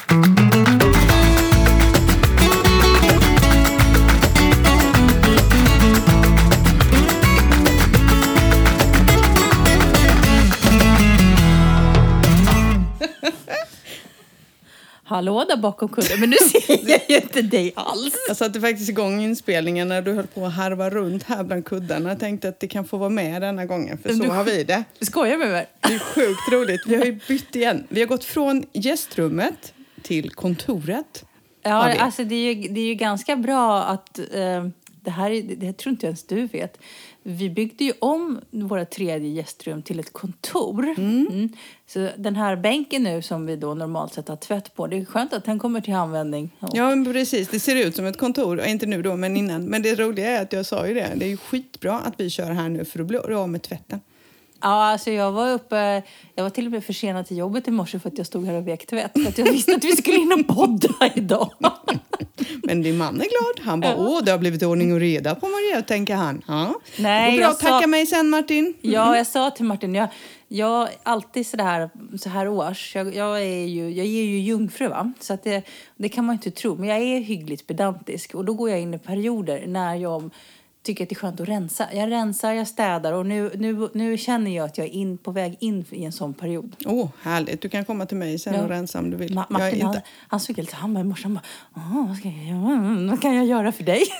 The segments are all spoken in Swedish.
Hallå där bakom kudden, men nu ser jag ju inte dig alls. Jag satte faktiskt igång inspelningen när du höll på att harva runt här bland kuddarna. Jag tänkte att det kan få vara med denna gången, för så har vi det. Du skojar med mig? Det är sjukt roligt. Vi har ju bytt igen. Vi har gått från gästrummet till kontoret. Ja, alltså det är ju ganska bra att det tror inte ens du vet. Vi byggde ju om våra 3:e gästrum till ett kontor. Så den här bänken nu som vi då normalt sett har tvätt på, det är skönt att den kommer till användning. Ja, men precis. Det ser ut som ett kontor. Inte nu då, men innan. Men det roliga är att jag sa ju det. Det är ju skitbra att vi kör här nu för att bli av med tvätten. Ja, alltså jag var till och med försenad till jobbet i morse för att jag stod här och vek tvätt. För att jag visste att vi skulle in och podda idag. Men din man är glad. Han bara, det har blivit ordning och reda på Maria, tänker han. Ja. Nej, bra, tacka mig sen, Martin. Ja, jag sa till Martin, jag alltid så här års. Jag är ju jungfru, va? Så att det kan man inte tro. Men jag är hyggligt pedantisk. Och då går jag in i perioder när jag tycker att det är skönt att rensa. Jag rensar, jag städar och nu känner jag att jag är på väg in i en sån period. Härligt. Du kan komma till mig sen och rensa om du vill. Martin, han såg helt han bara i morse, han bara, vad kan jag göra för dig?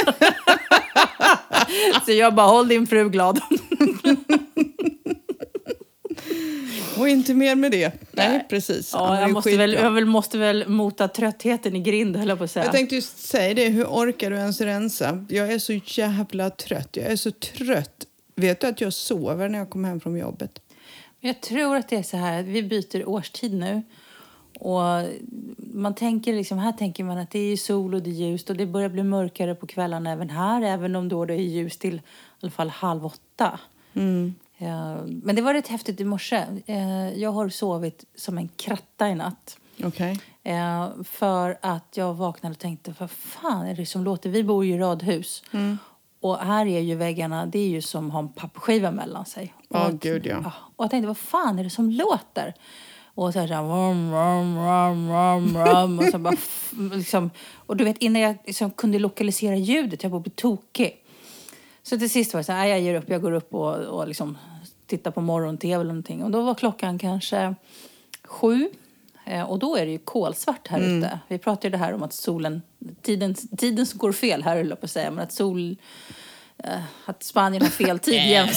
Så jag bara, håll din fru glad. Och inte mer med det. Nej, precis. Ja, jag måste väl mota tröttheten i grind, höll jag på att säga. Jag tänkte just säga det. Hur orkar du ens rensa? Jag är så jävla trött. Jag är så trött. Vet du att jag sover när jag kommer hem från jobbet? Jag tror att det är så här. Vi byter årstid nu. Och man tänker här tänker man att det är sol och det är ljust. Och det börjar bli mörkare på kvällarna även här. Även om då det är ljust till i alla fall 7:30. Men det var rätt häftigt i morse. Jag har sovit som en kratta i natt. Okej. För att jag vaknade och tänkte, vad fan är det som låter? Vi bor ju i radhus. Och här är ju väggarna, det är ju som har en pappskiva mellan sig. Gud ja. Och jag tänkte, vad fan är det som låter? Och så här, rum, och så bara, liksom, och du vet, innan jag liksom kunde lokalisera ljudet, jag bara blev tokig. Så till sist var det så här, jag ger upp, jag går upp och liksom tittar på morgon-tv eller någonting. Och då var klockan kanske 7. Och då är det ju kolsvart här ute. Vi pratade ju det här om att tiden som går fel här, höll jag på att säga. Men att Spanien har fel tid igen.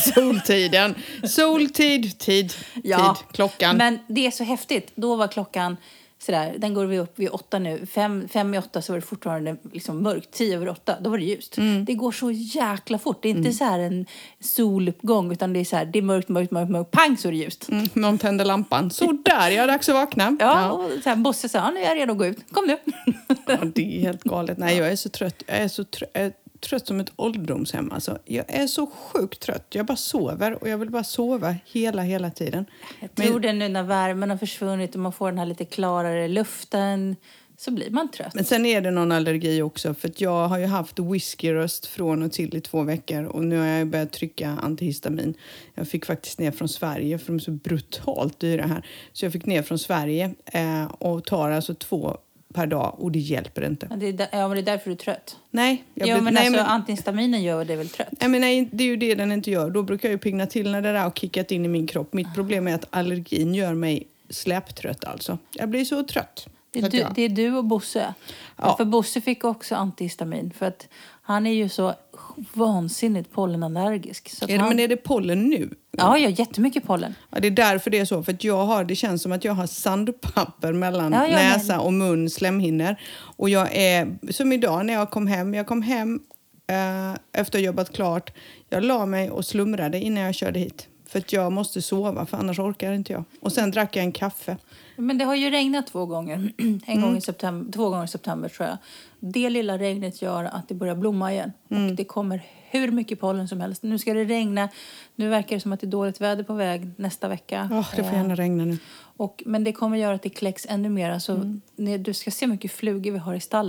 Soltid, klockan. Men det är så häftigt. Då var klockan sådär, den går vi upp vid 8 nu. 5:05 så var det fortfarande liksom mörkt. 10:08, då var det ljust. Det går så jäkla fort. Det är inte så här en soluppgång, utan det är så här, det är mörkt, pang så är det ljust. Någon tänder lampan. Så där, jag är dags att vakna. Ja, och så här, Bosse sa, nu är jag redo att gå ut. Kom nu. Ja, det är helt galet. Nej, jag är så trött. Jag är trött som ett ålderdomshem. Alltså, jag är så sjukt trött. Jag bara sover och jag vill bara sova hela tiden. Jag tror det nu när värmen har försvunnit och man får den här lite klarare luften, så blir man trött. Men sen är det någon allergi också. För att jag har ju haft whiskyröst från och till i 2 veckor. Och nu har jag börjat trycka antihistamin. Jag fick faktiskt ner från Sverige, för de är så brutalt dyra här. Så jag fick ner från Sverige och tar alltså 2 per dag, och det hjälper inte. Men det är därför du är trött. Nej. Antihistaminen gör det väl trött? Nej, det är ju det den inte gör. Då brukar jag ju pigna till när det där har kickat in i min kropp. Mitt problem är att allergin gör mig släptrött alltså. Jag blir så trött. Det är du och Bosse. Ja. För Bosse fick också antihistamin. För att han är ju så vansinnigt pollenallergisk. Så Men är det pollen nu? Ja, jättemycket pollen. Ja, det är därför det är så. För att det känns som att jag har sandpapper mellan näsa och mun, slemhinnor. Och jag är, som idag när jag kom hem efter att ha jobbat klart. Jag la mig och slumrade innan jag körde hit. För att jag måste sova, för annars orkar inte jag. Och sen drack jag en kaffe. Men det har ju regnat 2 gånger. 2 gånger i september tror jag. Det lilla regnet gör att det börjar blomma igen. Och det kommer hur mycket pollen som helst. Nu ska det regna. Nu verkar det som att det är dåligt väder på väg nästa vecka. Det får gärna regna nu. Men det kommer göra att det kläcks ännu mer. Så du ska se hur mycket flugor vi har i stallet.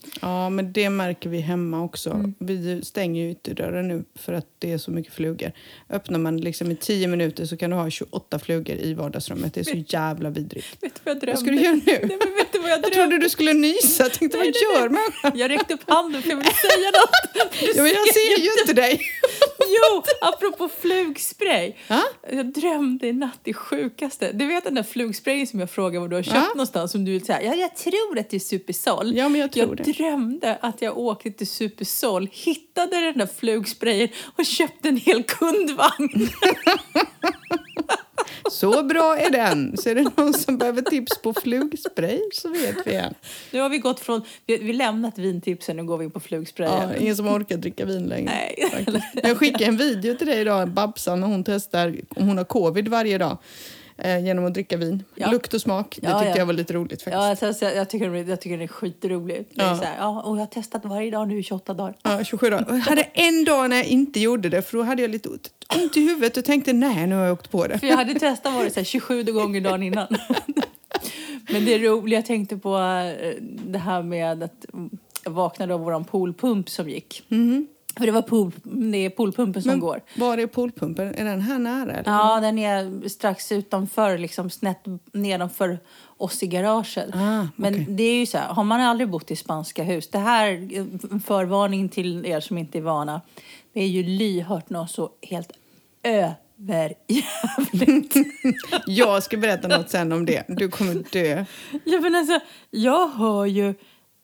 Ja, men det märker vi hemma också. Vi stänger ju ytterdörren nu för att det är så mycket flugor. Öppnar man liksom i 10 minuter så kan du ha 28 flugor i vardagsrummet. Det är så jävla vidrigt. Vet du vad jag drömde? Vad ska du göra nu? Nej, men vet du vad jag trodde du skulle nysa. Jag tänkte, vad gör man? Jag räckte upp handen för jag ville säga något. Ja, men jag ser ju inte dig. Jo, apropå flugspray. Ha? Jag drömde i natt det sjukaste. Du vet den där flugsprayen som jag frågade var du har köpt någonstans. Som du vill säga, ja, jag tror att det är Supersol. Ja, men jag tror det. Drömde att jag åkte till Supersol, hittade den där flugsprayen och köpte en hel kundvagn. Så bra är den. Så är det någon som behöver tips på flugspray så vet vi igen. Nu har vi gått från, vi lämnat vintipsen och går vi in på flugsprayen. Ja, ingen som orkar dricka vin längre. Nej. Jag skickade en video till dig idag, Babsan, när hon testar, hon har covid varje dag. Genom att dricka vin. Ja. Lukt och smak. Det tyckte jag var lite roligt faktiskt. Ja, alltså, jag tycker det är skitroligt. Det är så här, och jag har testat varje dag nu i 28 dagar. Ja, 27 dagar. Jag hade en dag när jag inte gjorde det. För då hade jag lite ont i huvudet och tänkte, nej, nu har jag åkt på det. För jag hade testat var det så här 27 gånger dagen innan. Men det är roligt. Jag tänkte på det här med att jag vaknade av våran poolpump som gick. Mm. För det är poolpumpen som går. Var är poolpumpen? Är den här nära? Eller? Ja, den är strax utanför, liksom snett nedanför oss i garaget. Men det är ju så här, har man aldrig bott i spanska hus. Det här, förvarning till er som inte är vana. Det är ju lyhört något så helt överjävligt. Jag ska berätta något sen om det. Du kommer dö. Ja, men alltså, jag hör ju...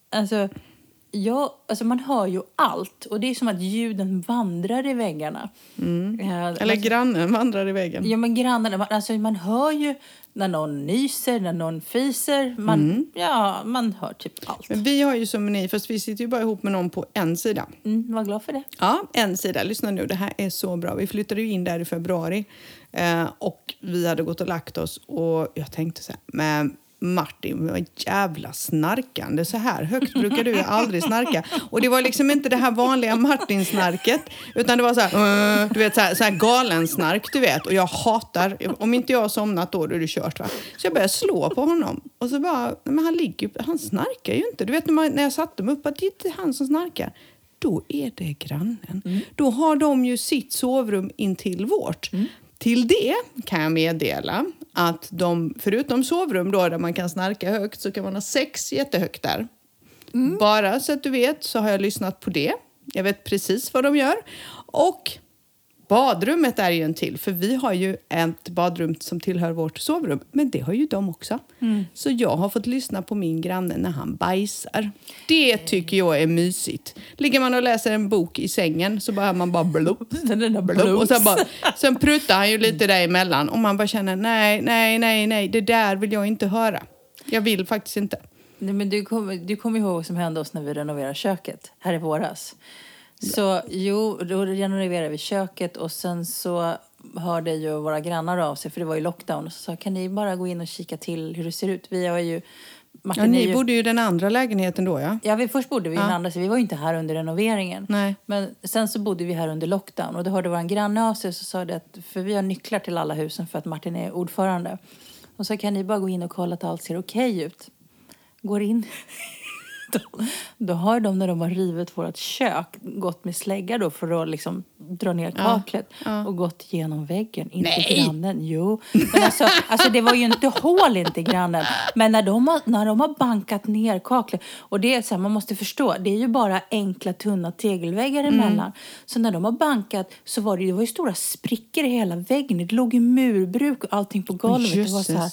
Alltså man hör ju allt. Och det är som att ljuden vandrar i väggarna. Eller grannen vandrar i väggen. Ja, men grannen. Alltså man hör ju när någon nyser, när någon fiser. Man hör typ allt. Men vi har ju som ni, fast vi sitter ju bara ihop med någon på en sida. Var glad för det. Ja, en sida. Lyssna nu, det här är så bra. Vi flyttade ju in där i februari. Och vi hade gått och lagt oss. Och jag tänkte så här, men Martin, vad jävla snarkande. Så här högt brukar du aldrig snarka. Och det var liksom inte det här vanliga Martin-snarket. Utan det var så här, du vet, så här galen snark, du vet. Och jag hatar, om inte jag har somnat då är det kört, va. Så jag började slå på honom. Och så bara, men han snarkar ju inte. Du vet när jag satte mig upp att det är inte han som snarkar. Då är det grannen. Då har de ju sitt sovrum in till vårt. Till det kan jag meddela att förutom sovrum då, där man kan snarka högt, så kan man ha 6 jättehögt där. Bara så att du vet så har jag lyssnat på det. Jag vet precis vad de gör. Och badrummet är ju en till. För vi har ju ett badrum som tillhör vårt sovrum. Men det har ju de också. Så jag har fått lyssna på min granne när han bajsar. Det tycker jag är mysigt. Ligger man och läser en bok i sängen så bara man bara blupp. Och sen pruttar han ju lite däremellan. Och man bara känner nej. Det där vill jag inte höra. Jag vill faktiskt inte. Nej, men du kommer ihåg vad som hände oss när vi renoverade köket här i våras. Så då renoverade vi köket och sen så hörde ju våra grannar av sig, för det var ju lockdown. Och så sa, kan ni bara gå in och kika till hur det ser ut? Vi har ju... ni bodde ju i den andra lägenheten då, ja? Ja, först bodde vi i den andra, så vi var ju inte här under renoveringen. Nej. Men sen så bodde vi här under lockdown. Och då hörde vår granne av sig och så sa det att, för vi har nycklar till alla husen för att Martin är ordförande. Och så kan ni bara gå in och kolla att allt ser okej ut. Går in... Då har de, när de har rivit vårt kök, gått med slägga då för att liksom dra ner kaklet och gått genom väggen. Inte grannen, jo. Men alltså det var ju inte hål inte grannen. Men när de har bankat ner kaklet, och det är så här, man måste förstå, det är ju bara enkla tunna tegelväggar emellan. Så när de har bankat så var det var ju stora sprickor i hela väggen. Det låg ju murbruk och allting på golvet. Det var så här,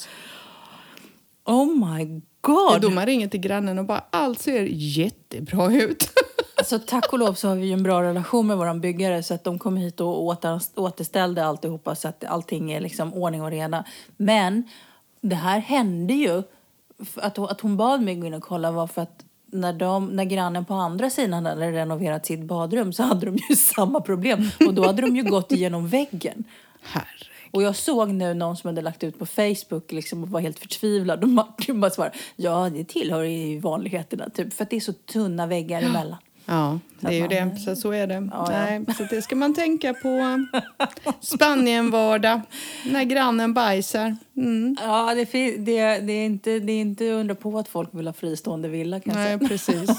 oh my god. Då man ringer till grannen och bara, allt ser jättebra ut. Alltså tack och lov så har vi ju en bra relation med våran byggare, så att de kom hit och återställde alltihopa så att allting är liksom ordning och reda. Men det här hände ju, att hon bad mig gå in och kolla, var för att när grannen på andra sidan hade renoverat sitt badrum så hade de ju samma problem. Och då hade de ju gått igenom väggen. Herregud. Och jag såg nu någon som hade lagt ut på Facebook liksom, och var helt förtvivlad. Och Martin bara svarade, ja det tillhör ju vanligheterna typ. För att det är så tunna väggar emellan. Ja, det är ju det. Så är det. Ja. Nej, så det ska man tänka på. Spanien-vardag. När grannen bajsar. Ja, det är inte undra på att folk vill ha fristående villa. Nej, precis.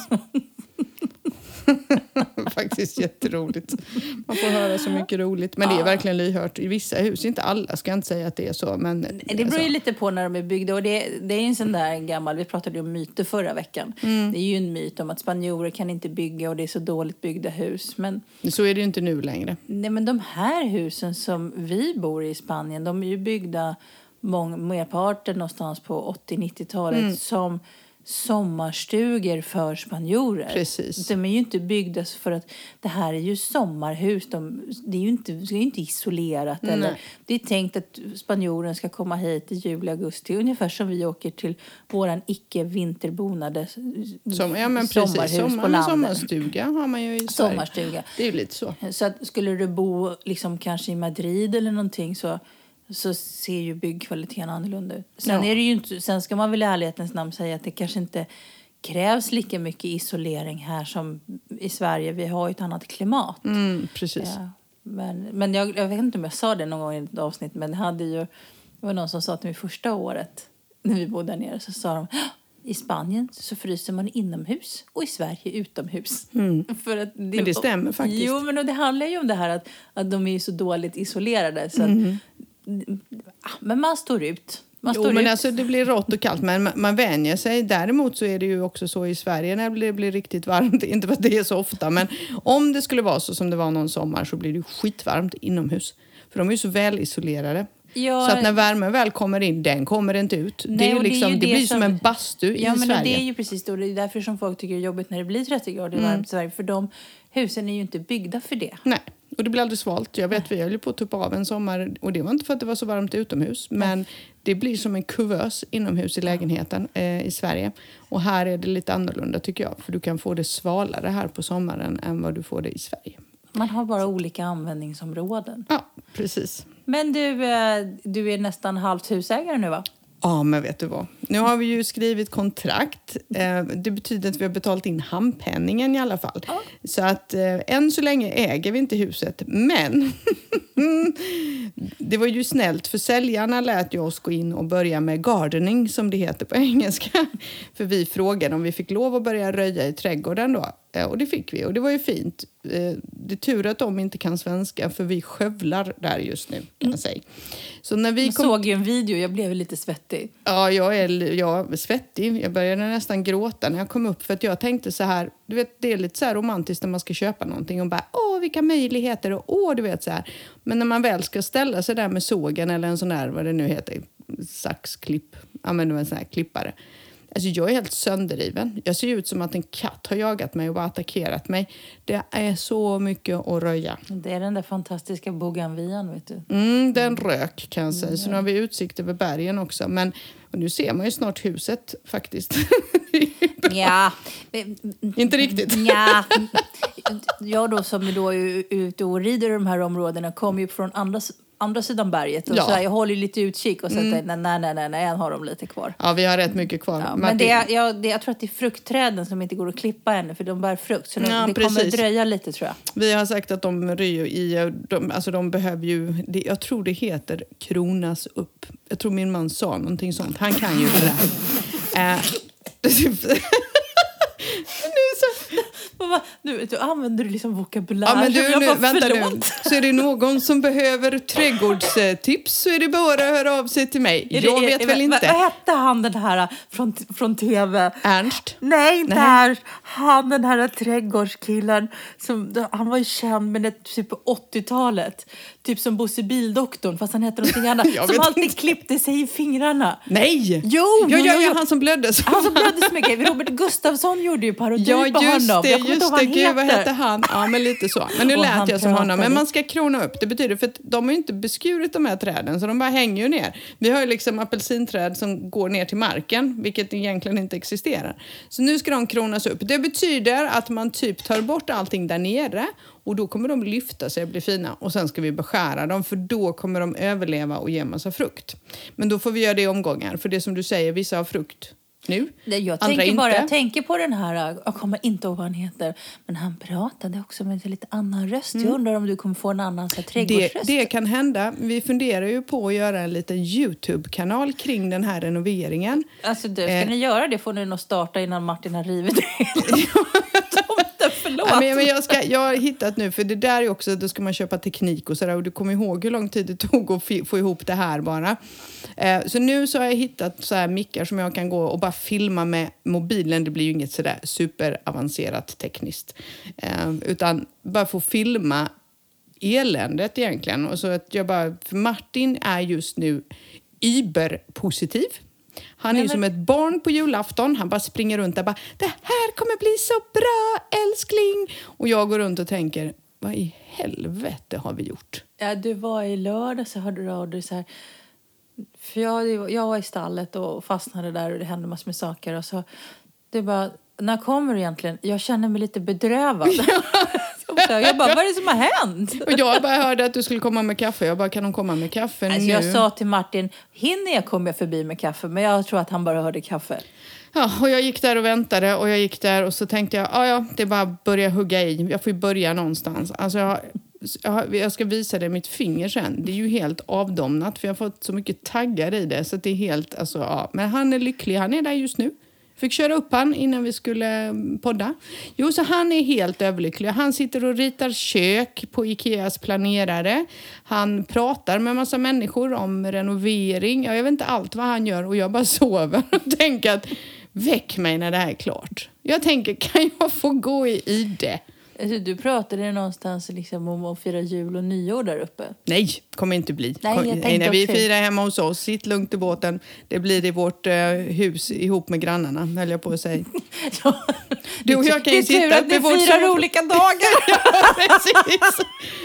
Faktiskt jätteroligt. Man får höra så mycket roligt. Men det är verkligen lyhört. I vissa hus, inte alla, ska jag inte säga att det är så. Men det beror ju lite på när de är byggda. Och det är en sån där gammal, vi pratade ju om myter förra veckan. Det är ju en myt om att spanjorer kan inte bygga och det är så dåligt byggda hus. Men så är det ju inte nu längre. Nej, men de här husen som vi bor i Spanien, de är ju byggda merparten någonstans på 80-90-talet som sommarstugor för spanjorer. Precis. De är ju inte byggda för att det här är ju sommarhus. Det är ju inte isolerat. Eller, det är tänkt att spanjoren ska komma hit i juli, augusti. Ungefär som vi åker till våran icke-vinterbonade sommarhus på landet. Sommarstuga har man ju i Sverige. Sommarstuga. Det är ju lite så. Så att skulle du bo liksom kanske i Madrid eller någonting så ser ju byggkvaliteten annorlunda ut. Sen är det ju inte, sen ska man väl i ärlighetens namn säga att det kanske inte krävs lika mycket isolering här som i Sverige. Vi har ju ett annat klimat. Precis. Ja, men jag vet inte om jag sa det någon gång i ett avsnitt, men det var någon som sa till mig första året när vi bodde där nere, så sa de: i Spanien så fryser man inomhus och i Sverige utomhus. För att men det stämmer faktiskt. Jo, men det handlar ju om det här att de är så dåligt isolerade så att, men man står ut. Men alltså det blir rått och kallt, men man vänjer sig. Däremot så är det ju också så i Sverige när det blir riktigt varmt. Inte för att det är så ofta, men om det skulle vara så som det var någon sommar så blir det skitvarmt inomhus. För de är ju så väl isolerade. Ja, så att när värmen väl kommer in, den kommer inte ut. Nej, det är ju liksom, det blir som en bastu i Sverige. Ja, men det är ju precis det. Och det är därför som folk tycker det är jobbigt när det blir 30 grader varmt i Sverige. För de husen är ju inte byggda för det. Nej. Och det blir aldrig svalt. Jag vet, vi höll på att tuppa av en sommar. Och det var inte för att det var så varmt utomhus. Men det blir som en kuvös inomhus i lägenheten i Sverige. Och här är det lite annorlunda tycker jag. För du kan få det svalare här på sommaren än vad du får det i Sverige. Man har bara olika användningsområden. Ja, precis. Men du är nästan halvt husägare nu, va? Ja, men vet du vad? Nu har vi ju skrivit kontrakt. Det betyder att vi har betalat in handpenningen i alla fall. Ja. Så att än så länge äger vi inte huset. Men det var ju snällt för säljarna lät ju oss gå in och börja med gardening som det heter på engelska. För vi frågade om vi fick lov att börja röja i trädgården då. Och det fick vi och det var ju fint. Det är tur att de inte kan svenska för vi skövlar där just nu kan jag säga. Så när vi såg ju en video, jag blev lite svettig. Ja, jag är svettig. Jag började nästan gråta när jag kom upp för att jag tänkte så här, du vet det är lite så här romantiskt när man ska köpa någonting och bara vilka möjligheter och du vet så här. Men när man väl ska ställa sig där med sågen eller en sån där, vad det nu heter, saxklipp, använder man en sån här klippare. Alltså jag är helt sönderiven. Jag ser ut som att en katt har jagat mig och bara attackerat mig. Det är så mycket att röja. Det är den där fantastiska bougainvillan, vet du. Den rök kan jag säga. Så nu har vi utsikt över bergen också. Men och nu ser man ju snart huset faktiskt. Ja. Inte riktigt. Ja. Jag då som då är ute och rider i de här områdena kommer ju från andra sidan berget. Och så här, jag håller lite utkik och så att nej, än har de lite kvar. Ja, vi har rätt mycket kvar. Ja, men jag tror att det är fruktträden som inte går att klippa ännu för de bär frukt. Så det kommer att dröja lite tror jag. Vi har sagt att de de behöver ju, jag tror det heter kronas upp. Jag tror min man sa någonting sånt. Han kan ju det där. Du använder liksom vokabulär. Ja, men vänta nu. Så är det någon som behöver trädgårdstips så är det bara att höra av sig till mig. Jag vet väl inte. Vad hette han den här från tv? Ernst? Nej, inte Ernst. Han den här trädgårdskillen. Han var ju känd med det typ på 80-talet. Typ som Bosse Bildoktorn, fast han hette någonting annat. Som alltid inte. Klippte sig i fingrarna. Nej! Jo, han som blödde så. Han som blödde så mycket. Robert Gustafsson gjorde ju parodi på honom. Just det. Gud, vad hette han? Ja, men lite så. Men nu lät jag som honom. Men man ska krona upp. Det betyder, för att de har ju inte beskurit de här träden, så de bara hänger ju ner. Vi har ju liksom apelsinträd som går ner till marken, vilket egentligen inte existerar. Så nu ska de kronas upp. Det betyder att man typ tar bort allting där nere och då kommer de lyfta sig och bli fina. Och sen ska vi beskära dem, för då kommer de överleva och ge massa frukt. Men då får vi göra det i omgångar. För det som du säger, vissa har frukt nu. Jag tänker på den här, jag kommer inte ihåg vad han heter, men han pratade också med en lite annan röst. Jag undrar om du kommer få en annan trädgårdsröst. Det kan hända. Vi funderar ju på att göra en liten YouTube-kanal kring den här renoveringen. Alltså, ska ni göra det får ni nog starta innan Martin har rivit det. Förlåt. Ja, men jag har hittat nu, för det där är också, då ska man köpa teknik och sådär, och du kommer ihåg hur lång tid det tog att få ihop det här bara. Så nu så har jag hittat så här mickar som jag kan gå och bara filma med mobilen. Det blir ju inget sådär superavancerat tekniskt, utan bara få filma eländet egentligen. Och så att för Martin är just nu überpositiv. Han är som ett barn på julafton. Han bara springer runt och bara, det här kommer bli så bra, älskling. Och jag går runt och tänker, vad i helvete har vi gjort? Ja, du var i lördag så hörde du så här. För jag var i stallet och fastnade där och det hände massor med saker. Och så, det bara, när kommer du egentligen? Jag känner mig lite bedrövad. Jag bara, vad är det som har hänt? Och jag bara hörde att du skulle komma med kaffe. Jag bara, kan hon komma med kaffe nu? Jag sa till Martin, hinner jag komma förbi med kaffe? Men jag tror att han bara hörde kaffe. Ja, och jag gick där och väntade. Och jag gick där och så tänkte jag, det är bara att börja hugga i. Jag får ju börja någonstans. Alltså jag ska visa dig mitt finger sen. Det är ju helt avdomnat. För jag har fått så mycket taggar i det. Så det är helt, Men han är lycklig. Han är där just nu. Fick köra upp han innan vi skulle podda. Jo, så han är helt överlycklig. Han sitter och ritar kök på Ikeas planerare. Han pratar med massa människor om renovering. Jag vet inte allt vad han gör och jag bara sover och tänker att väck mig när det här är klart. Jag tänker, kan jag få gå i det? Alltså, du pratade någonstans liksom om att fira jul och nyår där uppe. Nej, kommer inte bli. Nej, vi firar hemma hos oss. Sitt lugnt i båten. Det blir i vårt hus ihop med grannarna, höll jag på att säga. Ja, du och jag kan ju sitta tur att vi firar olika dagar. Ja, precis.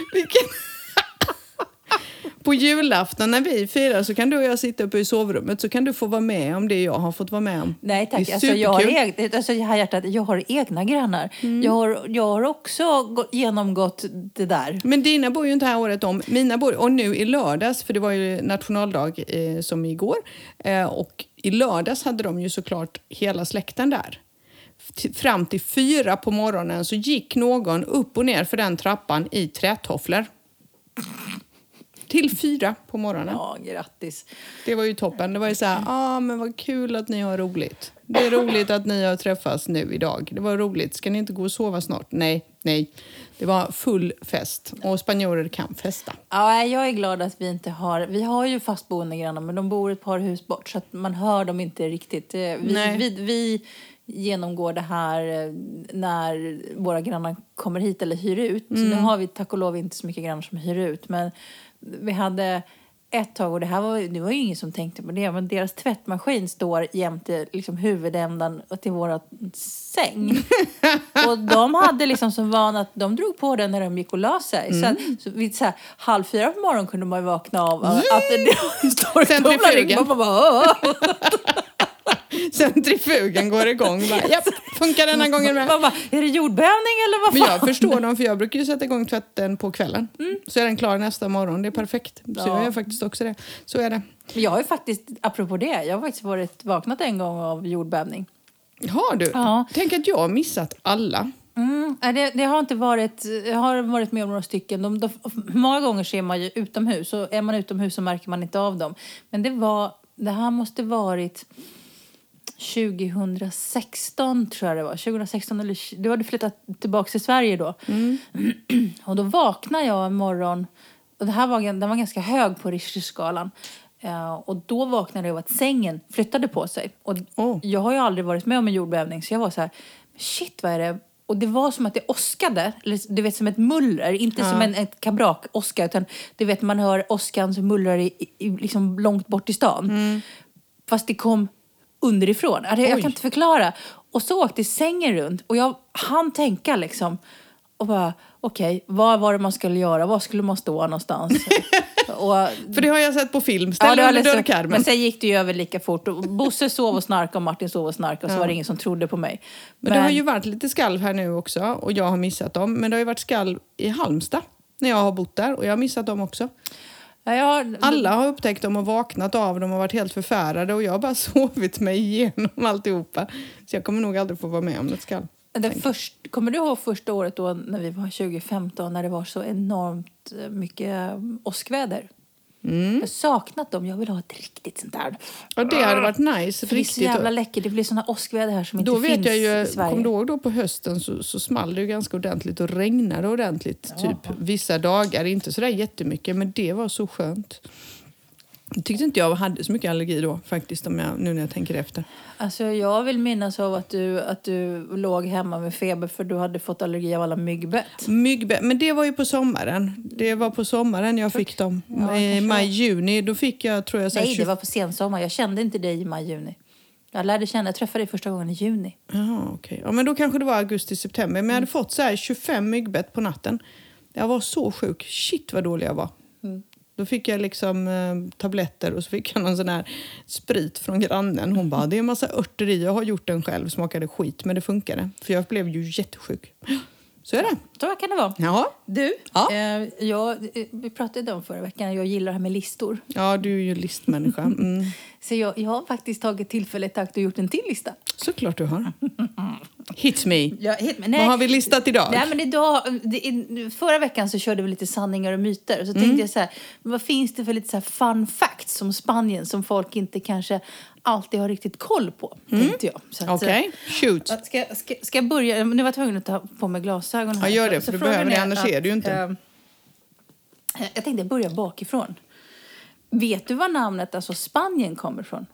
På julafton när vi firar så kan du och jag sitta uppe i sovrummet, så kan du få vara med om det jag har fått vara med om. Nej tack, jag har egna grannar. Jag har också genomgått det där. Men dina bor ju inte här året om. Mina bor, och nu i lördags, för det var ju nationaldag som igår. Och i lördags hade de ju såklart hela släkten där. Fram till 4 på morgonen så gick någon upp och ner för den trappan i trätofflor. Till 4 på morgonen. Ja, grattis. Det var ju toppen. Det var ju så här, men vad kul att ni har roligt. Det är roligt att ni har träffats nu idag. Det var roligt. Ska ni inte gå och sova snart? Nej. Det var full fest. Och spanjorer kan festa. Ja, jag är glad att vi inte har... Vi har ju fastboende grannar, men de bor ett par hus bort. Så att man hör dem inte riktigt. Vi genomgår det här när våra grannar kommer hit eller hyr ut. Så nu har vi tack och lov inte så mycket grannar som hyr ut. Men vi hade ett tag, och det var ju ingen som tänkte på det, men deras tvättmaskin står jämte liksom huvudändan till våra säng. Och de hade liksom som vana att de drog på den när de gick och la sig. Så vid 3:30 på morgonen kunde man ju vakna av att det står centrifugen. Man bara, Centrifugen går igång. Japp, funkar denna gången med. Är det jordbävning eller vad fan? Men jag förstår dem, för jag brukar ju sätta igång tvätten på kvällen. Så är den klar nästa morgon. Det är perfekt. Så jag gör faktiskt också det. Så är det. Jag har ju faktiskt, apropå det, jag har faktiskt vaknat en gång av jordbävning. Har du? Ja. Tänk att jag har missat alla. Det har inte varit... Jag har varit med om några stycken. Många gånger ser man ju utomhus. Och är man utomhus så märker man inte av dem. Men det här måste varit 2016 tror jag det var. 2016 eller... Du hade flyttat tillbaka till Sverige då. Och då vaknade jag en morgon. Och den var ganska hög på Richterskalan. Och då vaknade jag av att sängen flyttade på sig. Och jag har ju aldrig varit med om en jordbävning. Så jag var så här, shit vad är det? Och det var som att det åskade. Eller du vet, som ett muller. Inte som ett kabrak-åska. Utan du vet, man hör åskan som mullrar liksom långt bort i stan. Fast det kom underifrån. Jag kan inte förklara. Och så åkte sängen runt. Och jag hann tänka liksom. Och bara, okej, vad var det man skulle göra? Var skulle man stå någonstans? För det har jag sett på film. Ställ under dörrkarmen. Men sen gick det ju över lika fort. Och Bosse sov och snarkade och Martin sov och snarkade. Och så var det ingen som trodde på mig. Men det har ju varit lite skalv här nu också. Och jag har missat dem. Men det har ju varit skalv i Halmstad. När jag har bott där. Och jag har missat dem också. Alla har upptäckt dem och vaknat av dem och varit helt förfärade. Och jag har bara sovit mig igenom alltihopa. Så jag kommer nog aldrig få vara med om det ska. Kommer du ihåg första året då när vi var 2015 när det var så enormt mycket åskväder? Jag har saknat dem. Jag vill ha ett riktigt sånt där. Ja, det hade varit nice. För det är så jävla läckert. Det blir såna åskväder här som då inte finns vet jag ju, i Sverige. Kom du ihåg då på hösten så small det ju ganska ordentligt och regnade ordentligt. Typ vissa dagar. Inte sådär jättemycket, men det var så skönt. Jag tyckte inte jag hade så mycket allergi då faktiskt, nu när jag tänker efter. Alltså jag vill minnas av att du låg hemma med feber för du hade fått allergi av alla myggbett. Men det var ju på sommaren. Det var på sommaren jag fick dem. I maj-juni, då fick jag tror jag... Nej, det var på sensommar. Jag kände inte dig i maj-juni. Jag träffade dig första gången i juni. Jaha, okej. Ja, men då kanske det var augusti-september. Men jag hade fått så här 25 myggbett på natten. Jag var så sjuk. Shit vad dålig jag var. Då fick jag liksom tabletter och så fick jag någon sån här sprit från grannen. Hon bara, det är en massa örter i. Jag har gjort den själv, smakade skit, men det funkade. För jag blev ju jättesjuk. Så är det. Så kan det vara. Ja. Du, vi pratade om förra veckan. Jag gillar det här med listor. Ja, du är ju listmänniska. Mm. Så jag har faktiskt tagit tillfället och gjort en till lista. Såklart du har. Hit me. Ja, hit me. Nej. Vad har vi listat idag? Nej, men förra veckan så körde vi lite sanningar och myter. Och så tänkte jag så här, vad finns det för lite så här fun facts om Spanien som folk inte kanske alltid har riktigt koll på, tänkte jag. Okej, shoot. Ska jag börja? Nu var jag tvungen att ta på mig glasögon här. Ja, gör det, för du behöver det, annars är det ju inte. Jag tänkte börja bakifrån. Vet du var namnet, alltså Spanien, kommer från?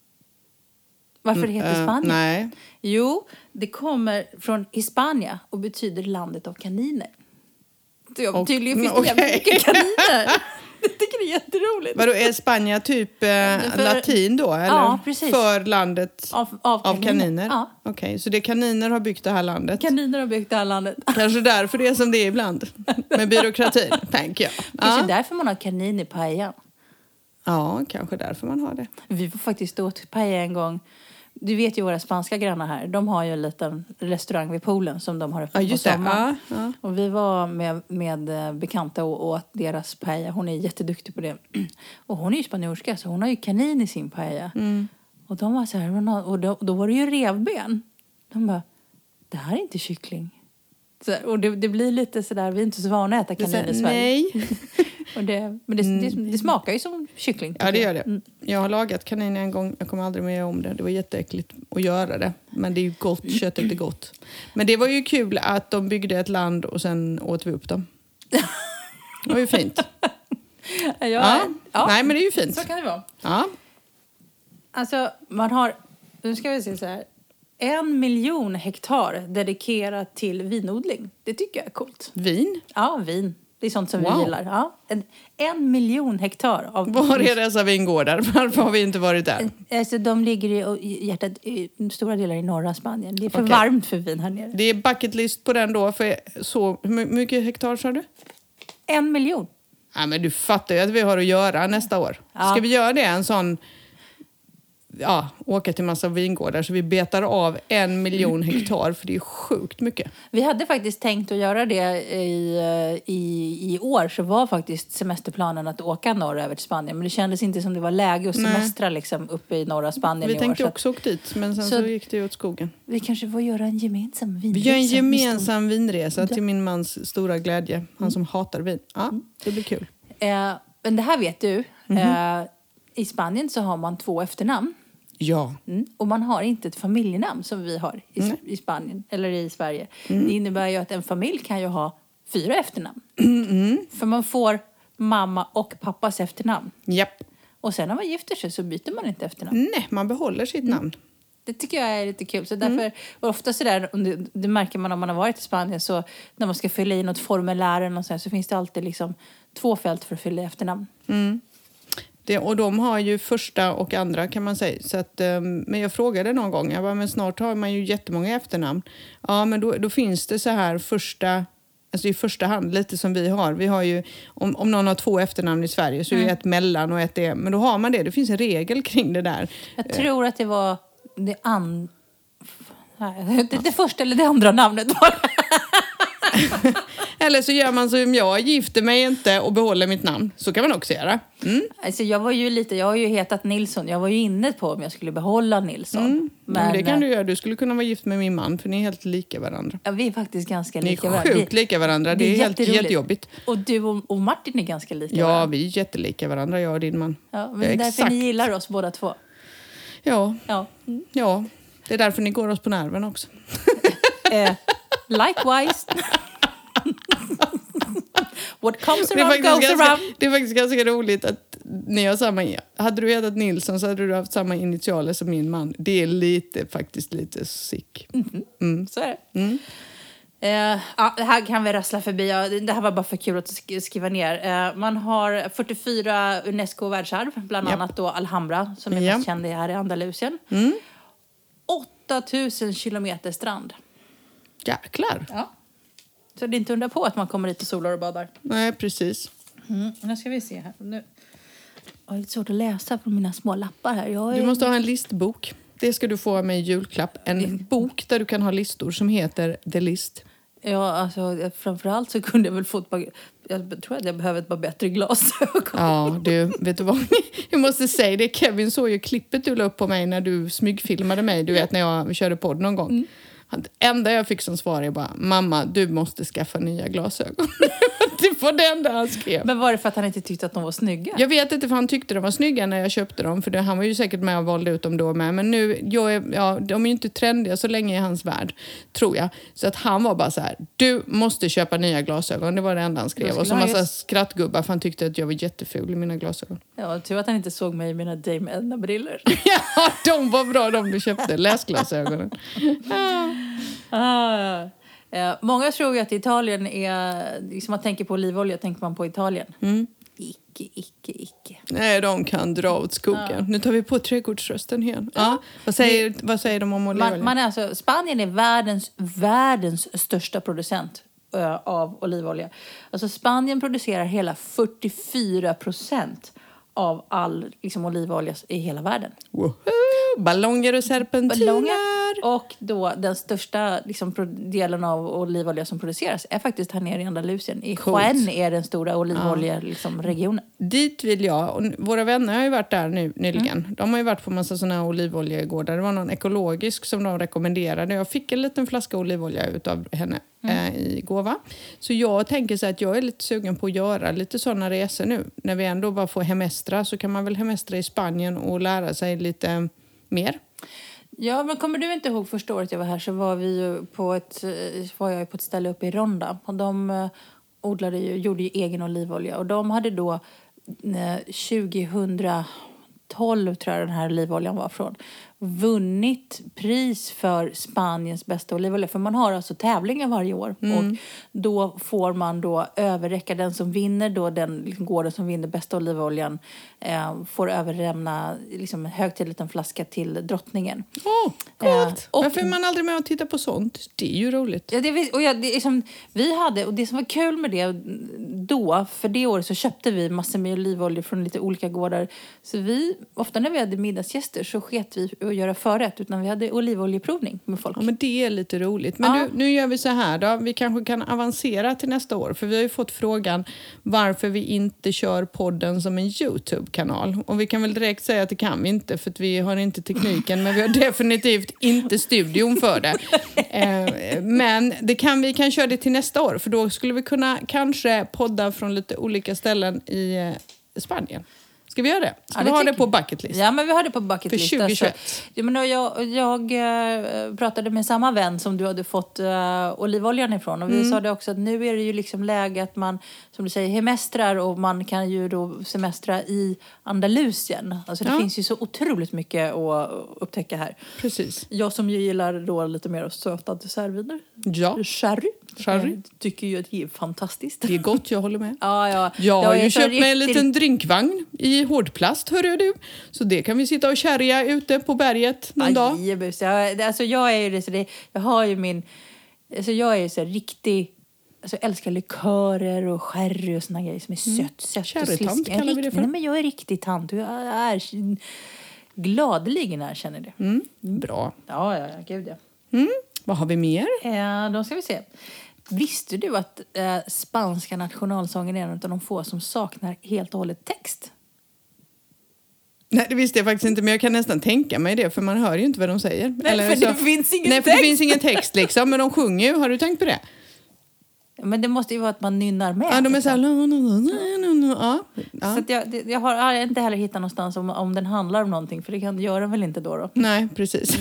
Varför det heter Spanien? Nej. Jo, det kommer från Hispania och betyder landet av kaniner. Tydligen finns det jävligt mycket kaniner. Jag tycker det är jätteroligt. Vadå, är Spanien typ latin då? Eller? Ja, precis. För landet av kaniner? Ja. Okej, så det är kaniner har byggt det här landet? Kaniner har byggt det här landet. Kanske därför det är som det är ibland. Med byråkratin, tänker jag. Kanske därför man har kanin i paellan. Ja, kanske därför man har det. Vi får faktiskt åt paella en gång. Du vet ju våra spanska grannar här. De har ju en liten restaurang vid poolen som de har öppnat på sommaren. Ja. Och vi var med bekanta och åt deras paella. Hon är jätteduktig på det. Och hon är ju spanjorska så hon har ju kanin i sin paella. Och de var så här, och då var det ju revben. De bara, det här är inte kyckling. Så, och det blir lite sådär, vi är inte så vana att äta kanin i Sverige. Nej. Men det smakar ju som kyckling. Ja, det gör det. Jag har lagat kanin en gång. Jag kommer aldrig mer göra om det. Det var jätteäckligt att göra det. Men det är ju gott. Köttet är gott. Men det var ju kul att de byggde ett land och sen åt vi upp dem. Det var ju fint. Ja. Nej, men det är ju fint. Så kan det vara. Ja. Alltså, man har... Nu ska vi se så här. 1 miljon hektar dedikerat till vinodling. Det tycker jag är coolt. Vin? Ja, vin. Det är sånt som vi gillar. Ja. 1 miljon hektar. Var är dessa vingårdar? Varför har vi inte varit där? Alltså, de ligger i hjärtat, i stora delar i norra Spanien. Det är för varmt för vin här nere. Det är bucket list på den då. För hur mycket hektar sa du? 1 miljon. Ja, men du fattar ju att vi har att göra nästa år. Ja. Ska vi göra det? En sån... Ja, åka till massa vingårdar så vi betar av 1 miljon hektar för det är sjukt mycket. Vi hade faktiskt tänkt att göra det i år, så var faktiskt semesterplanen att åka norröver till Spanien, men det kändes inte som det var läge att semestra liksom uppe i norra Spanien i år. Vi tänkte också åka dit, men sen så gick det åt skogen. Vi kanske får göra en gemensam vinresa. Vi gör en gemensam vinresa till min mans stora glädje. Han som hatar vin. Ja, det blir kul. Men det här vet du. I Spanien så har man 2 efternamn. Ja. Och man har inte ett familjenamn som vi har i Spanien eller i Sverige. Det innebär ju att en familj kan ju ha 4 efternamn. För man får mamma och pappas efternamn. Japp. Och sen när man gifter sig så byter man inte efternamn. Nej, man behåller sitt namn. Det tycker jag är lite kul. Så därför, och ofta så där, det märker man om man har varit i Spanien, så när man ska fylla i något formulär eller något så finns det alltid liksom 2 fält för att fylla i efternamn. Och de har ju första och andra kan man säga. Så att, men jag frågade någon gång, jag bara, men snart har man ju jättemånga efternamn. Ja, men då finns det så här första, alltså i första hand lite som vi har. Vi har ju, om någon har 2 efternamn i Sverige så är det ett mellan och ett är. Men då har man det, det finns en regel kring det där. Jag tror att det var det första eller det andra namnet var. Eller så gör man som jag, gifter mig inte och behåller mitt namn. Så kan man också göra. Alltså jag har ju hetat Nilsson. Jag var ju inne på om jag skulle behålla Nilsson. Men det kan du göra. Du skulle kunna vara gift med min man, för ni är helt lika varandra. Ja, vi är faktiskt ganska ni lika varandra. Ni är sjukt lika varandra. Det är helt jättejobbigt. Och du och Martin är ganska lika varandra. Ja, vi är jättelika varandra, jag och din man. Ja, men det är därför ni gillar oss båda två. Ja. Ja, det är därför ni går oss på nerven också. Likewise. What comes around goes around. Det är faktiskt ganska roligt att ni har samma... Hade du hetat Nilsson så hade du haft samma initialer som min man. Det är faktiskt lite sick. Så är det. Det här kan vi rassla förbi. Det här var bara för kul att skriva ner. Man har 44 UNESCO-världsarv. Bland annat då Alhambra, som är mest känd här i Andalusien. 8000 kilometer strand. Jäklar. Ja. Så det är inte undra på att man kommer hit och solar och badar. Nej, precis. Nu ska vi se här. Nu. Jag har lite svårt att läsa på mina små lappar här. Du måste ha en listbok. Det ska du få med i julklapp. En bok där du kan ha listor som heter The List. Ja, alltså framförallt så kunde jag väl få jag tror att jag behöver ett par bättre glasögon. Ja, vet du vad? Jag måste säga det. Kevin såg ju klippet du la upp på mig när du smygfilmade mig. Du vet, när jag körde podd någon gång. Det enda jag fick som svar är bara: mamma, du måste skaffa nya glasögon. Det var det enda han skrev. Men var det för att han inte tyckte att de var snygga? Jag vet inte, för han tyckte de var snygga när jag köpte dem. För han var ju säkert med och valde ut dem då med. Men nu, de är ju inte trendiga så länge i hans värld, tror jag. Så att han var bara så här: du måste köpa nya glasögon. Det var det enda han skrev. Och så massa skrattgubbar, för han tyckte att jag var jätteful i mina glasögon. Ja, tur att han inte såg mig i mina Dame Edna-briller. Ja, de var bra, de du köpte. Läsglasögonen. Många tror ju att Italien är... Liksom man tänker på olivolja, tänker man på Italien. Icke. Nej, de kan dra åt skogen. Ja. Nu tar vi på trädgårdsrösten igen. Ja. Vad säger de om olivolja? Spanien är världens största producent av olivolja. Alltså Spanien producerar hela 44% av all olivolja i hela världen. Wow. Ballonger och serpentiner. Och då den största delen av olivolja som produceras är faktiskt här nere i Andalusien. I Jaén är den stora olivoljeregionen. Dit vill jag. Och våra vänner har ju varit där nyligen. De har ju varit på massa sådana olivoljegårdar. Det var någon ekologisk som de rekommenderade. Jag fick en liten flaska olivolja utav henne i gåva. Så jag tänker så att jag är lite sugen på att göra lite sådana resor nu. När vi ändå bara får hemestra, så kan man väl hemestra i Spanien och lära sig lite mer. Ja, men kommer du inte ihåg första året jag var här, så var jag på ett ställe uppe i Ronda. Och de gjorde ju egen olivolja. Och de hade då 2012, tror jag den här olivoljan var från, vunnit pris för Spaniens bästa olivolja. För man har alltså tävlingar varje år. Och då får man då överräcka den som vinner, då den gården som vinner bästa olivoljan får överlämna en högtidlig liten flaska till drottningen. Coolt! Varför är man aldrig med och tittar på sånt? Det är ju roligt. Ja, vi hade, och det som var kul med det då, för det året så köpte vi massor med olivolja från lite olika gårdar. Så ofta när vi hade middagsgäster så sket vi att göra förrätt, utan vi hade olivoljeprovning med folk. Ja, men det är lite roligt. Men nu gör vi så här då. Vi kanske kan avancera till nästa år. För vi har ju fått frågan varför vi inte kör podden som en YouTube-kanal. Och vi kan väl direkt säga att det kan vi inte, för att vi har inte tekniken. Men vi har definitivt inte studion för det. Men vi kan köra det till nästa år. För då skulle vi kunna kanske podda från lite olika ställen i Spanien. Ska vi göra det? Ska vi ha det på bucket list? Ja, men vi har det på bucket list. För 2021. Jag pratade med samma vän som du hade fått olivoljan ifrån. Och vi sa det också att nu är det ju läge att man, som du säger, hemestrar. Och man kan ju då semestra i Andalusien. Alltså det finns ju så otroligt mycket att upptäcka här. Precis. Jag som ju gillar då lite mer söta dessertviner. Ja. Sherry. Tycker ju att det är fantastiskt. Det är gott, jag håller med. Ja. Jag har ju köpt mig en liten drinkvagn i hårdplast, hör du. Så det kan vi sitta och kärja ute på berget någon dag. Alltså jag är ju det, jag har ju min... Alltså jag är ju så riktig... Alltså jag älskar likörer och sherry och såna grejer som är sött och Sherrytant kallar vi det för. Nej, men jag är riktig tant. Jag är gladeligen här, känner det. Bra. Ja, gud ja. Vad har vi mer? Då ska vi se. Visste du att spanska nationalsången är en av de få som saknar helt och hållet text? Nej, det visste jag faktiskt inte, men jag kan nästan tänka mig det, för man hör ju inte vad de säger. Nej, för det finns ingen text. Nej, för det finns ingen text liksom, men de sjunger ju. Har du tänkt på det? Men det måste ju vara att man nynnar med. Ja, de är så här... Så att jag har inte heller hittat någonstans om den handlar om någonting, för det kan göra den väl inte då. Nej, precis.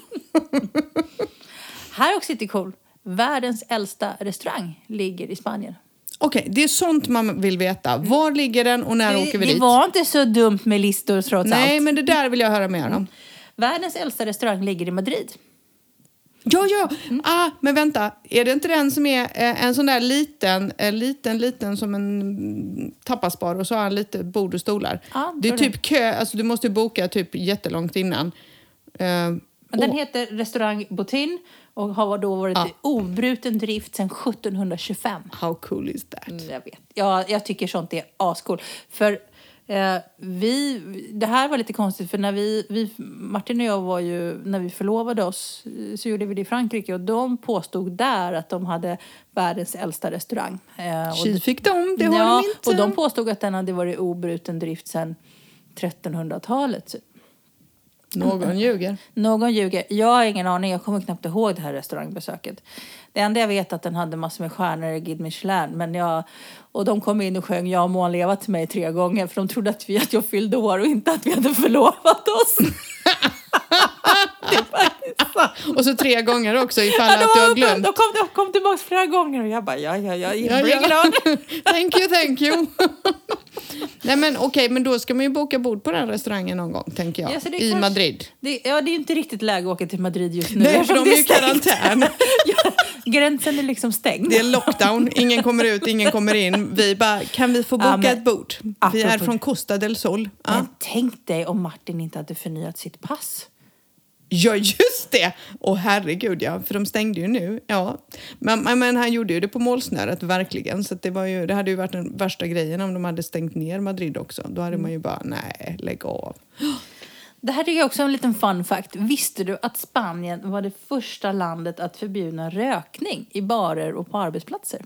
Här är också lite cool. Världens äldsta restaurang ligger i Spanien. Okej, det är sånt man vill veta. Var ligger den och när åker vi dit? Det var inte så dumt med listor trots allt. Nej, men det där vill jag höra mer om. Världens äldsta restaurang ligger i Madrid. Ja. Men vänta. Är det inte den som är en sån där liten som en tapasbar och så har han lite bord och stolar? Ja, det är typ kö, alltså du måste boka typ jättelångt innan. Den heter Restaurang Botín och har då varit i obruten drift sedan 1725. How cool is that? Jag vet. Jag tycker sånt är ascool. För det här var lite konstigt, för när Martin och jag var ju, när vi förlovade oss så gjorde vi det i Frankrike, och de påstod där att de hade världens äldsta restaurang. Tji fick de, det har de inte. Och de påstod att den hade varit i obruten drift sedan 1300-talet. Någon ljuger. Någon ljuger. Jag har ingen aning. Jag kommer knappt ihåg det här restaurangbesöket. Det enda jag vet är att den hade massor med stjärnor i Guide Michelin. Och de kom in och sjöng Jag må leva till mig 3 gånger. För de trodde att jag fyllde år och inte att vi hade förlovat oss. Och så 3 gånger också ifall att du har glömt. De kom tillbaka flera gånger och jag bara bring it on. Thank you. Nej men okej, men då ska man ju boka bord på den restaurangen någon gång, tänker jag. Ja, i Madrid. Det är inte riktigt läge att åka till Madrid just nu. Nej, för de är i karantän. Gränsen är liksom stängd. Det är lockdown, ingen kommer ut, ingen kommer in. Vi bara, kan vi få boka ett bord? Vi är från Costa del Sol. Men tänk dig om Martin inte hade förnyat sitt pass. Ja, just det! Herregud, ja. För de stängde ju nu. Ja. Men han gjorde ju det på målsnöret, verkligen. Så att det hade ju varit den värsta grejen om de hade stängt ner Madrid också. Då hade man ju bara, nej, lägg av. Det här är också en liten fun fact. Visste du att Spanien var det första landet att förbjuda rökning i barer och på arbetsplatser?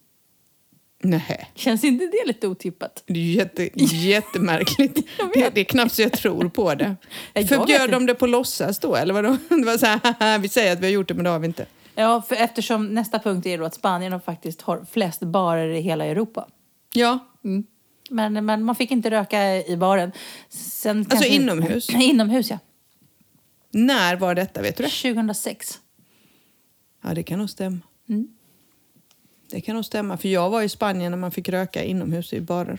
Nej. Känns inte det lite otippat? Det är ju jättemärkligt. Det är knappt så jag tror på det. Förbjöd de det på låtsas då? Eller vad det var så här, vi säger att vi har gjort det, men det har vi inte. Ja, för eftersom nästa punkt är då att Spanien faktiskt har flest barer i hela Europa. Ja. Mm. Men man fick inte röka i baren. Sen alltså inomhus? Inomhus, ja. När var detta, vet du det? 2006. Ja, det kan nog stämma. Mm. Det kan nog stämma, för jag var i Spanien när man fick röka inomhus i barer.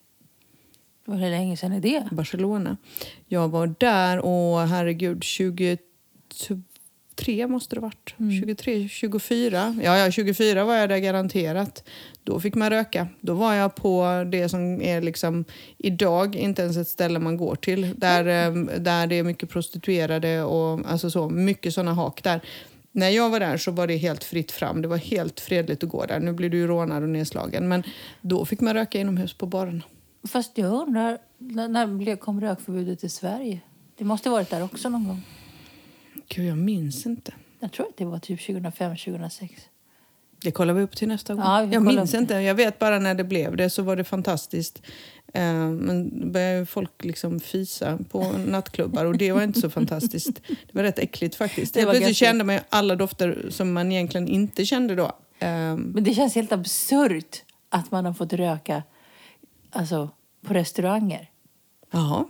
Hur länge sedan är det? Barcelona. Jag var där och herregud, 23 måste det varit. 23, 24. Ja, 24 var jag där garanterat. Då fick man röka. Då var jag på det som är liksom idag inte ens ett ställe man går till. Där det är mycket prostituerade och alltså så, mycket sådana hak där. När jag var där så var det helt fritt fram. Det var helt fredligt att gå där. Nu blir du ju rånad och nedslagen. Men då fick man röka inomhus på baren. Fast jag undrar, när kom rökförbudet i Sverige? Det måste ha varit där också någon gång. Gud, jag minns inte. Jag tror att det var typ 2005-2006. Det kollar vi upp till nästa gång. Ja, jag minns inte. Jag vet bara när det blev det så var det fantastiskt. Men började folk liksom fisa på nattklubbar och det var inte så fantastiskt. Det var rätt äckligt faktiskt. Jag plötsligt kände man alla dofter som man egentligen inte kände då. Men det känns helt absurt att man har fått röka alltså, på restauranger. Jaha.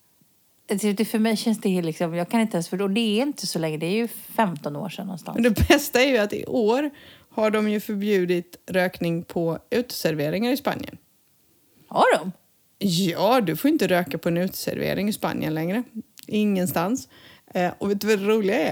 För mig känns det liksom, jag kan inte ens förstå, det är inte så länge, det är ju 15 år sedan någonstans. Men det bästa är ju att i år har de ju förbjudit rökning på uteserveringar i Spanien. Har de? Ja, du får inte röka på en uteservering i Spanien längre. Ingenstans. Och vet du vad det roliga är?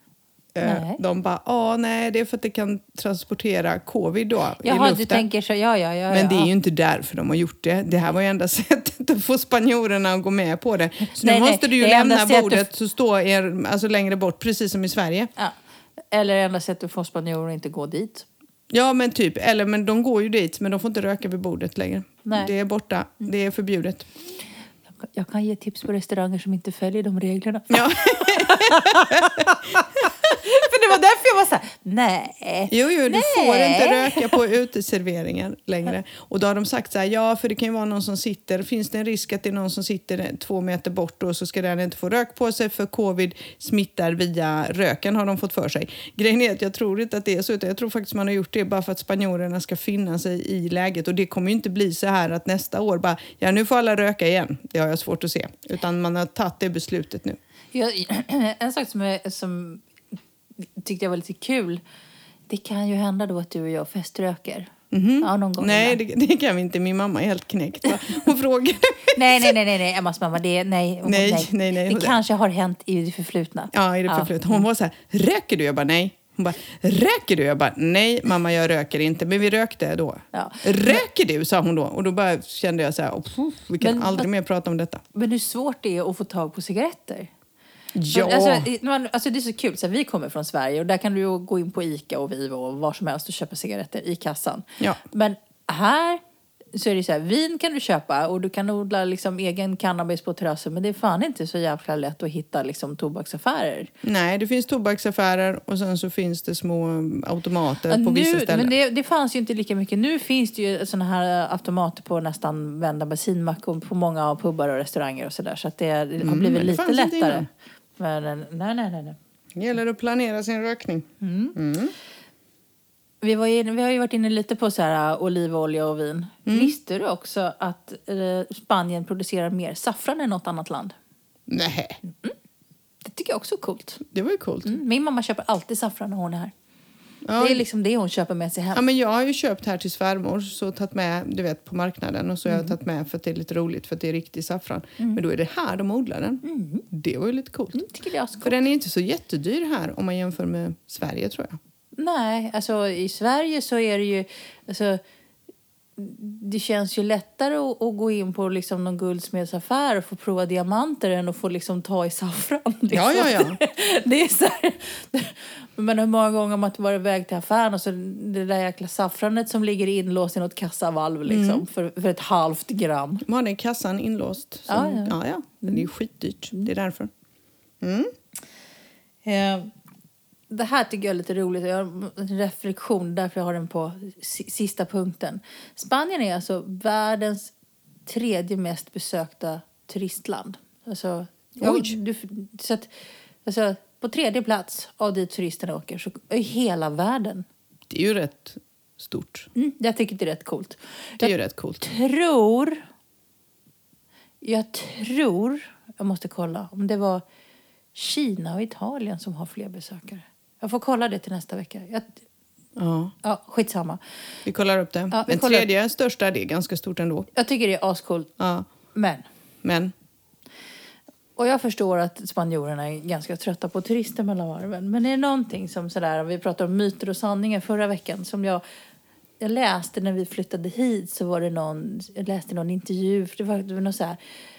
De bara, nej, det är för att det kan transportera covid då i luften. Du tänker så, ja. Men det är ju inte därför de har gjort det. Det här var ju enda sättet att få spanjorerna att gå med på det. Så nu måste du ju lämna bordet så stå alltså längre bort, precis som i Sverige. Ja. Eller enda sättet att få spanjorer att inte gå dit. Ja, men typ. Men de går ju dit, men de får inte röka vid bordet längre. Nej. Det är borta. Det är förbjudet. Jag kan ge tips på restauranger som inte följer de reglerna. Ja. För det var därför jag var så här, nej. Jo, du får inte röka på uteserveringar längre. Och då har de sagt så här, ja, för det kan ju vara någon som sitter, finns det en risk att det är någon som sitter 2 meter bort och så ska den inte få rök på sig för covid smittar via röken, har de fått för sig. Grejen är att jag tror inte att det är så, utan jag tror faktiskt man har gjort det bara för att spanjorerna ska finna sig i läget. Och det kommer ju inte bli så här att nästa år bara, ja, nu får alla röka igen. Det har jag svårt att se. Utan man har tagit det beslutet nu. En sak som tyckte jag var lite kul, det kan ju hända då att du och jag feströker. Ja, någon gång. Nej, det kan vi inte. Min mamma är helt knäckt. Hon frågar. Nej, Emmas mamma. Nej. Det kanske har hänt i det förflutna. Ja, i det förflutna. Hon var så här, röker du? Jag bara, nej. Hon bara, röker du? Jag bara, nej mamma, jag röker inte. Men vi rökte då. Ja. Röker du? Sa hon då. Och då bara kände jag så här, vi kan aldrig mer prata om detta. Men hur svårt det är att få tag på cigaretter? Ja. Alltså det är så kul. Så vi kommer från Sverige och där kan du ju gå in på Ica och Vivo och var som helst och köpa cigaretter i kassan. Ja. Men här så är det så här, vin kan du köpa och du kan odla liksom egen cannabis på terrassen, men det är fan inte så jävla lätt att hitta liksom tobaksaffärer. Nej, det finns tobaksaffärer och sen så finns det små automater på vissa ställen. Men det fanns ju inte lika mycket. Nu finns det ju såna här automater på nästan vända bensinmack och på många pubbar och restauranger och sådär, så att det har blivit lite lättare. Men nej. Det gäller att planera sin rökning. Vi har ju varit inne lite på så här olivolja och vin. Visste du också att Spanien producerar mer saffran än något annat land? Nej. Det tycker jag också är coolt. Det var ju coolt. Min mamma köper alltid saffran när hon är här. Ja. Det är liksom det hon köper med sig hem. Ja, men jag har ju köpt här till svärmor, så tagit med, du vet, på marknaden. Och så har jag tagit med för att det är lite roligt, för att det är riktig saffran. Men då är det här de odlar den. Det var ju lite coolt. Tycker det är så coolt. För den är inte så jättedyr här om man jämför med Sverige, tror jag. Nej, alltså i Sverige så är det ju... Alltså, det känns ju lättare att gå in på liksom någon guldsmedsaffär och få prova diamanter än att få liksom ta i saffran. Liksom. Ja. Det är så här, men hur många gånger har man varit iväg till affären och så det där jäkla saffranet som ligger inlåst i något kassavalv liksom, för 0,5 gram. Man har den kassan inlåst. Ja. Det är skitdyrt. Det är därför. Det här tycker jag är lite roligt. Jag har en reflektion, därför jag har den på sista punkten. Spanien är alltså världens 3:e mest besökta turistland. Alltså, på 3:e plats av dit turisterna åker så är hela världen. Det är ju rätt stort. Jag tycker det är rätt coolt. Det är ju rätt coolt. Jag tror, jag måste kolla om det var Kina och Italien som har fler besökare. Jag får kolla det till nästa vecka. Ja, skitsamma. Vi kollar upp det. Ja, men 3:e största, det är ganska stort ändå. Jag tycker det är ascoolt. Ja. Men. Och jag förstår att spanjorerna är ganska trötta på turister mellan varven. Men det är någonting som sådär, vi pratade om myter och sanningar förra veckan, som jag läste när vi flyttade hit, så var det jag läste någon intervju, för det var någon så här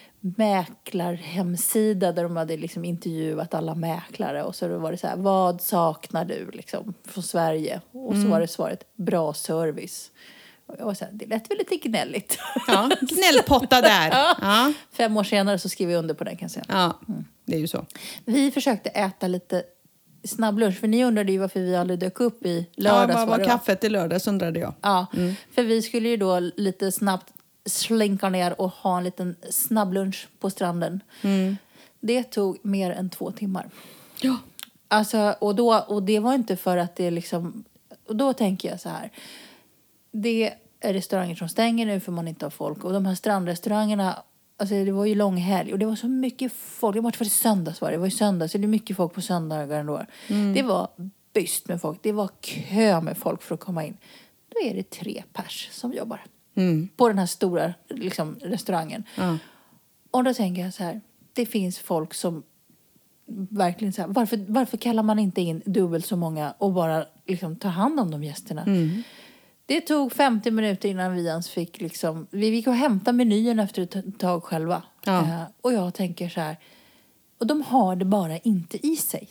mäklarhemsida där de hade liksom intervjuat alla mäklare, och så var det så här, vad saknar du liksom från Sverige? Och så var det svaret, bra service. Och jag var så här, det lät väl lite gnälligt. Ja, gnällpotta där. Ja. 5 år senare så skrev vi under på den, kan jag säga. Ja, det är ju så. Vi försökte äta lite snabblunch, för ni undrade ju varför vi aldrig dök upp i lördags. Ja, vad var kaffet i lördags, undrade jag. Ja, för vi skulle ju då lite snabbt slinka ner och ha en liten snabblunch på stranden. Det tog mer än 2 timmar. Ja. Alltså, och det var inte för att det liksom... Och då tänker jag så här. Det är restauranger som stänger nu för man inte har folk. Och de här strandrestaurangerna... Alltså det var ju lång helg. Och det var så mycket folk. Det var söndags var det. Det var ju söndag. Så det är mycket folk på söndagar ändå. Det var byst med folk. Det var kö med folk för att komma in. Då är det 3 pers som jobbar. På den här stora liksom, restaurangen. Och då tänker jag så här. Det finns folk som verkligen så här. Varför kallar man inte in dubbelt så många och bara liksom, tar hand om de gästerna? Det tog 50 minuter innan vi ens fick liksom, vi gick och hämta menyn efter ett tag själva. Och jag tänker så här. Och de har det bara inte i sig.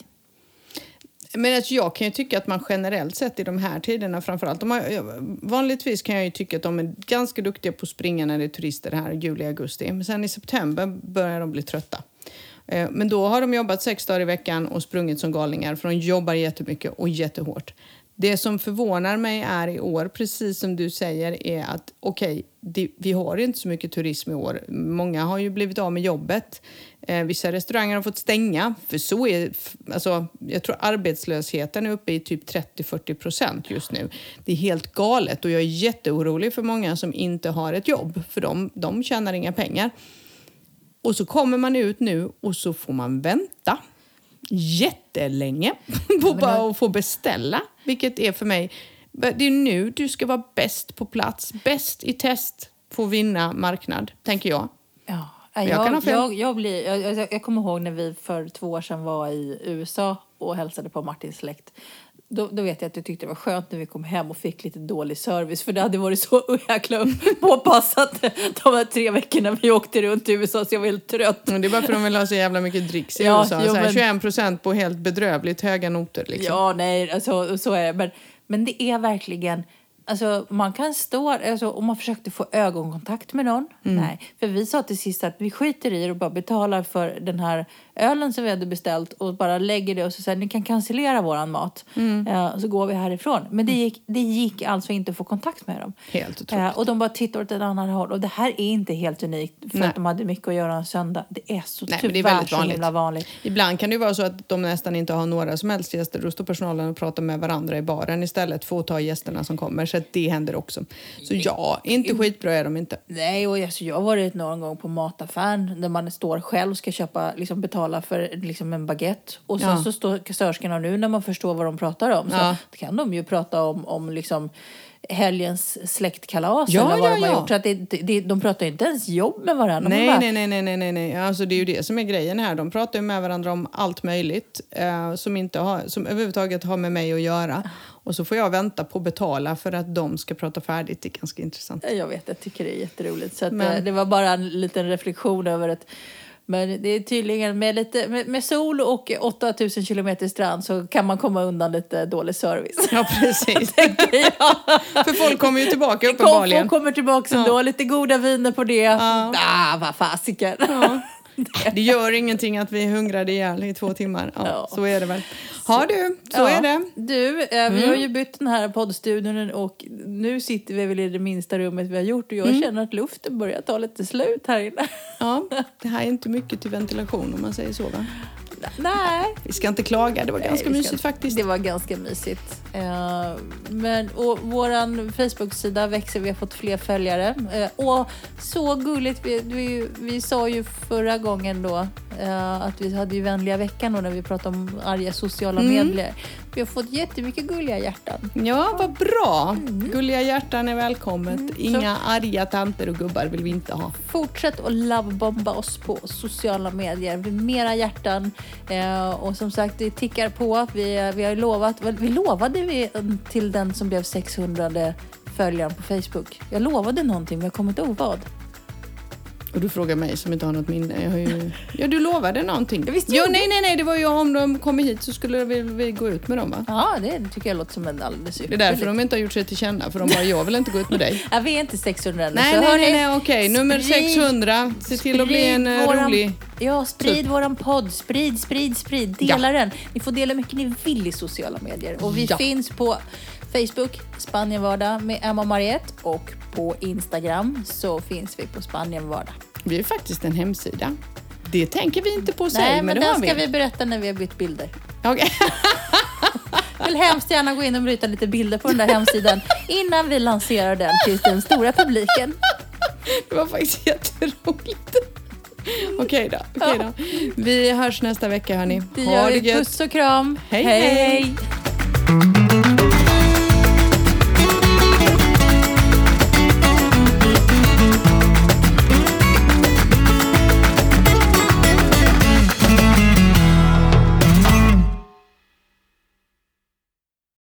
Men alltså, jag kan ju tycka att man generellt sett i de här tiderna framförallt, vanligtvis kan jag ju tycka att de är ganska duktiga på att springa när det är turister här i juli, augusti. Men sen i september börjar de bli trötta. Men då har de jobbat 6 dagar i veckan och sprungit som galningar. För de jobbar jättemycket och jättehårt. Det som förvånar mig är i år, precis som du säger, är att vi har inte så mycket turism i år. Många har ju blivit av med jobbet. Vissa restauranger har fått stänga. För så är, alltså, jag tror arbetslösheten är uppe i typ 30-40% just nu. Det är helt galet och jag är jätteorolig för många som inte har ett jobb. För de tjänar inga pengar. Och så kommer man ut nu och så får man vänta jättelänge på bara att få beställa. Vilket är för mig, det är nu du ska vara bäst på plats. Bäst i test på vinna marknad, tänker jag. Ja. Jag kommer ihåg när vi för 2 år sedan var i USA och hälsade på Martins släkt. Då vet jag att du tyckte det var skönt när vi kom hem och fick lite dålig service. För det hade varit så jäkla påpassat de här 3 veckorna vi åkte runt i USA, så jag var helt trött. Det är bara för att de vill ha så jävla mycket dricks i USA. 21% på helt bedrövligt höga noter. Liksom. Ja, nej, alltså, så är det. Men det är verkligen... Alltså man kan stå, alltså, om man försökte få ögonkontakt med någon. Nej, för vi sa till sist att vi skiter i och bara betalar för den här ölen som vi hade beställt och bara lägger det och så säger ni kan cancellera våran mat. Så går vi härifrån. Men det gick alltså inte att få kontakt med dem. Helt otroligt. Och de bara tittar åt ett annat håll. Och det här är inte helt unikt för att de hade mycket att göra en söndag. Det är så tyvärr det är väldigt så himla vanligt. Ibland kan det ju vara så att de nästan inte har några som helst gäster. Då står personalen och pratar med varandra i baren istället för att ta gästerna som kommer. Så att det händer också. Så ja, inte skitbra är de inte. Nej, och alltså, jag har varit någon gång på mataffären där man står själv och ska köpa, liksom betala för liksom en baguette. Och sen så står kassörskorna nu när man förstår vad de pratar om. Så kan de ju prata om liksom helgens släktkalas eller vad de har gjort. Så att de pratar inte ens jobb med varandra. Nej. Alltså det är ju det som är grejen här. De pratar ju med varandra om allt möjligt som överhuvudtaget har med mig att göra. Och så får jag vänta på att betala för att de ska prata färdigt. Det är ganska intressant. Jag vet, jag tycker det är jätteroligt. Så att, det var bara en liten reflektion över att men det är tydligen med sol och 8000 kilometer strand så kan man komma undan lite dålig service. Ja, precis. För folk kommer ju tillbaka uppenbarligen. Folk kommer tillbaka ändå. Lite goda viner på det. Vad fasiken. Ja. Det gör ingenting att vi hungrade ihjäl i 2 timmar. Ja. Så är det väl. Har du, så är det. Du, vi har ju bytt den här poddstudion och nu sitter vi väl i det minsta rummet vi har gjort. Och jag känner att luften börjar ta lite slut här inne. Ja, det här är inte mycket till ventilation om man säger så, va? Nej. Vi ska inte klaga, det var ganska mysigt faktiskt. Det var ganska mysigt. Och våran Facebook-sida växer, vi har fått fler följare. Och så gulligt, vi sa ju förra gången då att vi hade ju vänliga veckan då när vi pratade om arga sociala medier. Vi har fått jättemycket gulliga hjärtan. Ja, vad bra. Gulliga hjärtan är välkommet. Inga arga tanter och gubbar vill vi inte ha. Fortsätt att lovebomba oss på sociala medier. Vi mera hjärtan. Och som sagt, det tickar på. Vi har lovat. Vi lovade till den som blev 600 följaren på Facebook. Jag lovade någonting, men jag kommer inte ihåg vad. Och du frågar mig som inte har något minne. Ja, du lovade någonting. Nej. Det var ju om de kommer hit så skulle vi gå ut med dem, va? Ja, det tycker jag låter som en alldeles ypperligt. Det är därför de inte har gjort sig till kända. För de bara, jag vill inte gå ut med dig. Ja, vi är inte 600 än. Nej, okej. Nummer 600. Se till att bli en rolig... Ja, sprid våran podd. Sprid. Dela den. Ni får dela mycket ni vill i sociala medier. Och vi finns på Facebook, Spanienvardag med Emma och Mariette. Och på Instagram så finns vi på Spanienvardag. Vi är faktiskt en hemsida. Det tänker vi inte på sig. Nej, men den ska vi berätta när vi har bytt bilder. Okej. Jag vill hemskt gärna gå in och bryta lite bilder på den där hemsidan innan vi lanserar den till den stora publiken. Det var faktiskt jätteroligt. Okej då. Vi hörs nästa vecka, hörni. Det gör vi. Puss och kram. Hej.